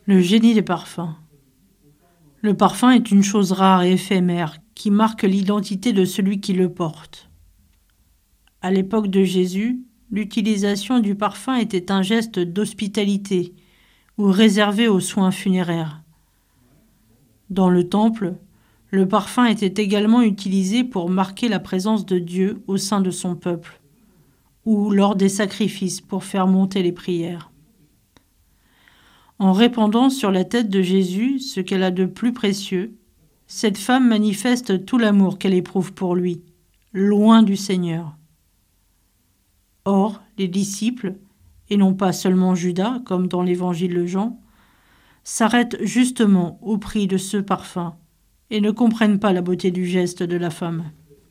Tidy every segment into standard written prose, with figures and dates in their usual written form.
Le génie des parfums. Le parfum est une chose rare et éphémère qui marque l'identité de celui qui le porte. À l'époque de Jésus, l'utilisation du parfum était un geste d'hospitalité ou réservé aux soins funéraires. Dans le temple, le parfum était également utilisé pour marquer la présence de Dieu au sein de son peuple, ou lors des sacrifices pour faire monter les prières. En répandant sur la tête de Jésus ce qu'elle a de plus précieux, cette femme manifeste tout l'amour qu'elle éprouve pour lui, loin du Seigneur. Or, les disciples, et non pas seulement Judas, comme dans l'évangile de Jean, s'arrêtent justement au prix de ce parfum et ne comprennent pas la beauté du geste de la femme.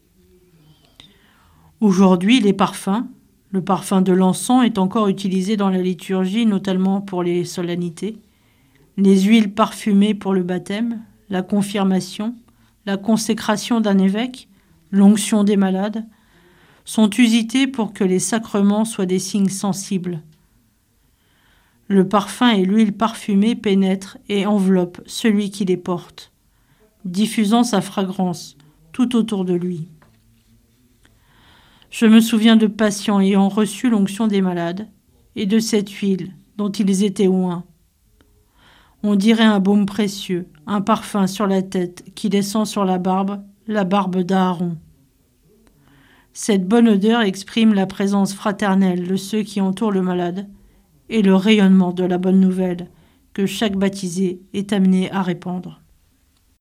Aujourd'hui, les parfums, le parfum de l'encens est encore utilisé dans la liturgie, notamment pour les solennités, les huiles parfumées pour le baptême, la confirmation, la consécration d'un évêque, l'onction des malades, sont usités pour que les sacrements soient des signes sensibles. Le parfum et l'huile parfumée pénètrent et enveloppent celui qui les porte, diffusant sa fragrance tout autour de lui. Je me souviens de patients ayant reçu l'onction des malades et de cette huile dont ils étaient oints. On dirait un baume précieux, un parfum sur la tête qui descend sur la barbe d'Aaron. Cette bonne odeur exprime la présence fraternelle de ceux qui entourent le malade et le rayonnement de la bonne nouvelle que chaque baptisé est amené à répandre.